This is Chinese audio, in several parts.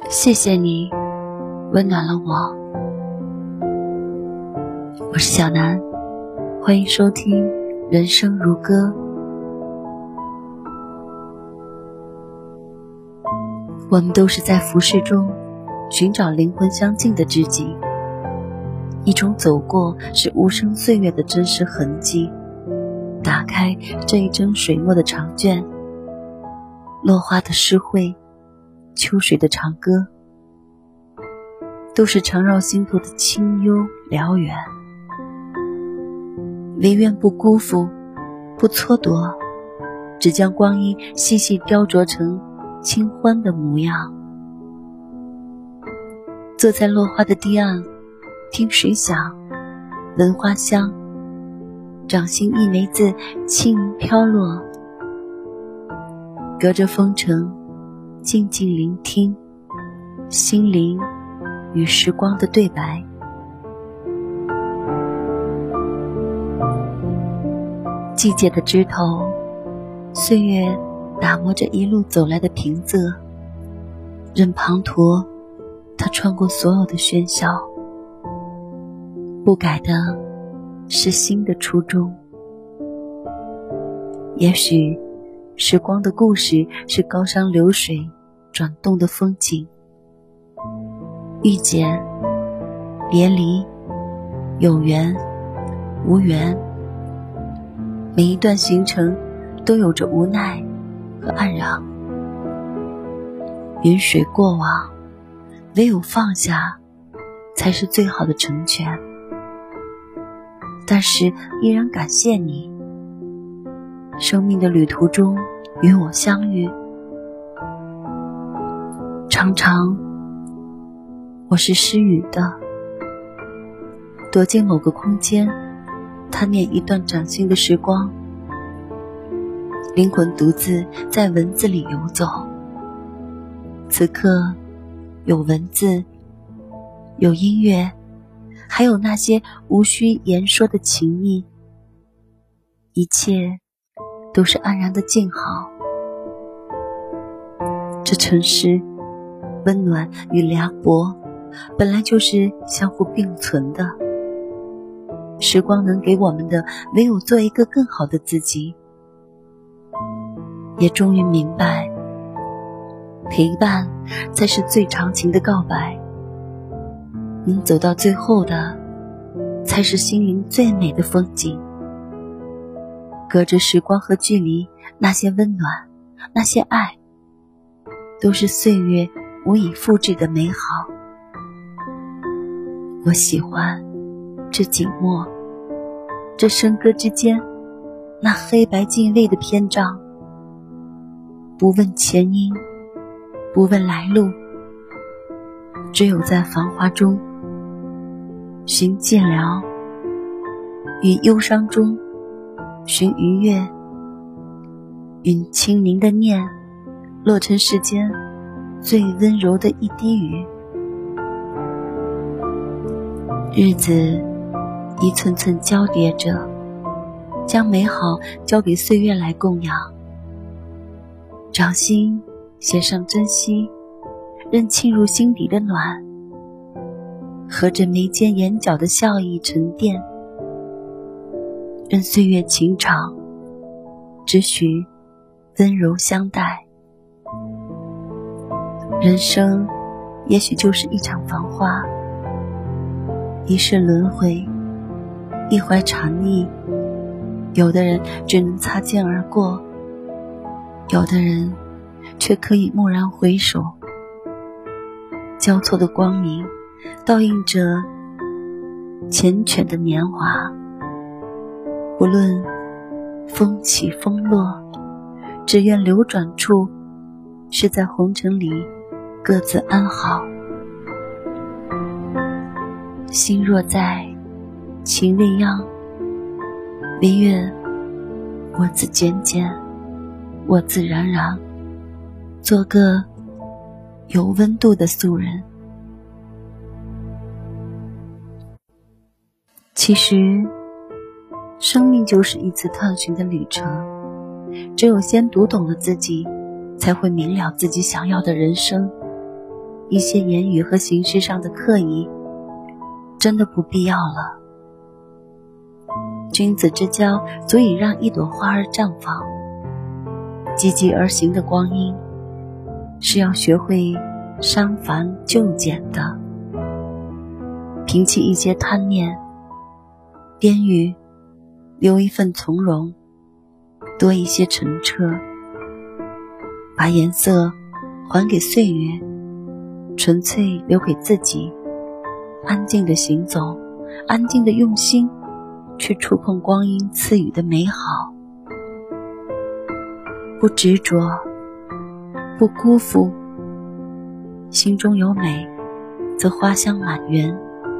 谢谢你温暖了我。我是小南，欢迎收听人生如歌。我们都是在浮世中寻找灵魂相近的知己，一种走过是无声岁月的真实痕迹。打开这一征水墨的长卷，落花的诗会，秋水的长歌，都是缠绕心头的清幽辽远。唯愿不辜负，不蹉跎，只将光阴细细雕琢成清欢的模样。坐在落花的堤岸，听水响，闻花香，掌心一枚字轻盈飘落，隔着风尘静静聆听心灵与时光的对白。季节的枝头，岁月打磨着一路走来的平仄，任滂沱它穿过所有的喧嚣，不改的是心的初衷。也许时光的故事是高山流水转动的风景，遇见、别离、有缘、无缘，每一段行程都有着无奈和黯然。云水过往，唯有放下才是最好的成全。但是依然感谢你，生命的旅途中与我相遇。常常我是失语的，躲进某个空间，贪念一段崭新的时光，灵魂独自在文字里游走。此刻有文字，有音乐，还有那些无需言说的情谊，一切都是安然的静好。这城市温暖与凉薄本来就是相互并存的，时光能给我们的唯有做一个更好的自己。也终于明白，陪伴才是最长情的告白，能走到最后的才是心灵最美的风景。隔着时光和距离，那些温暖，那些爱，都是岁月无以复制的美好。我喜欢这景墨，这笙歌之间那黑白泾渭的篇章，不问前因，不问来路，只有在繁华中寻寂寥，与忧伤中寻愉悦，允清明的念落成世间最温柔的一滴雨。日子一寸寸交叠着，将美好交给岁月来供养。掌心写上珍惜，任沁入心底的暖，和着眉间眼角的笑意沉淀，任岁月情长，只许温柔相待。人生也许就是一场繁华，一世轮回，一怀禅意。有的人只能擦肩而过，有的人却可以蓦然回首。交错的光明倒映着缱绻的年华，不论风起风落，只愿流转处是在红尘里各自安好。心若在，情未央，唯愿我自简简，我自然然，做个有温度的素人。其实生命就是一次探寻的旅程，只有先读懂了自己，才会明了自己想要的人生。 一些言语和形式上的刻意，真的不必要了。君子之交足以让一朵花儿绽放，积极而行的光阴是要学会删繁就简的，摒弃一些贪念，边域留一份从容，多一些澄澈，把颜色还给岁月，纯粹留给自己，安静的行走，安静的用心去触碰光阴赐予的美好，不执着，不辜负，心中有美，则花香满园。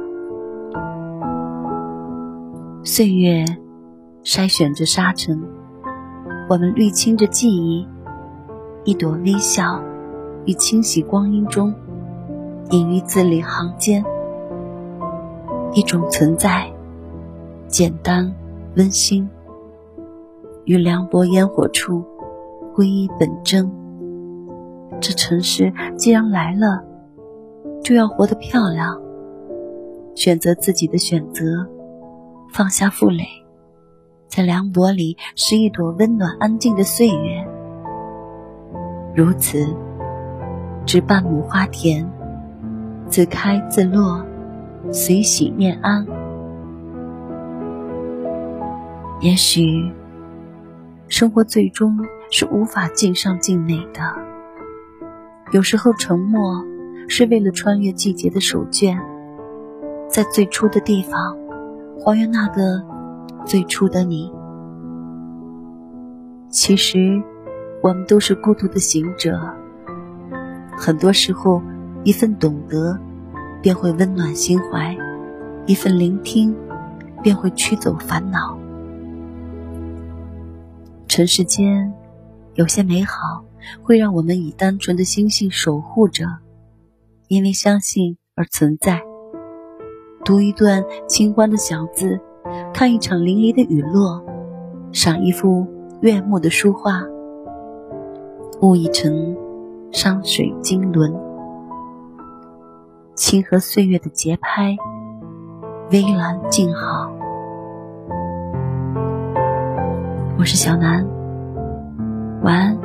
岁月筛选着沙尘，我们滤清着记忆，一朵微笑于清洗光阴中隐于字里行间，一种存在，简单温馨，于凉薄烟火处归依本真。这城市既然来了，就要活得漂亮，选择自己的选择，放下负累，在凉薄里是一朵温暖安静的岁月。如此，知半亩花田，自开自落，随喜念安。也许生活最终是无法尽善尽美的，有时候沉默是为了穿越季节的手绢，在最初的地方还原那个最初的你。其实我们都是孤独的行者，很多时候一份懂得便会温暖心怀，一份聆听便会驱走烦恼。尘世间有些美好会让我们以单纯的心性守护着，因为相信而存在。读一段清欢的小字，看一场淋漓的雨落，赏一幅悦目的书画，悟一程山水经纶，亲和岁月的节拍，微澜静好。我是小南，晚安。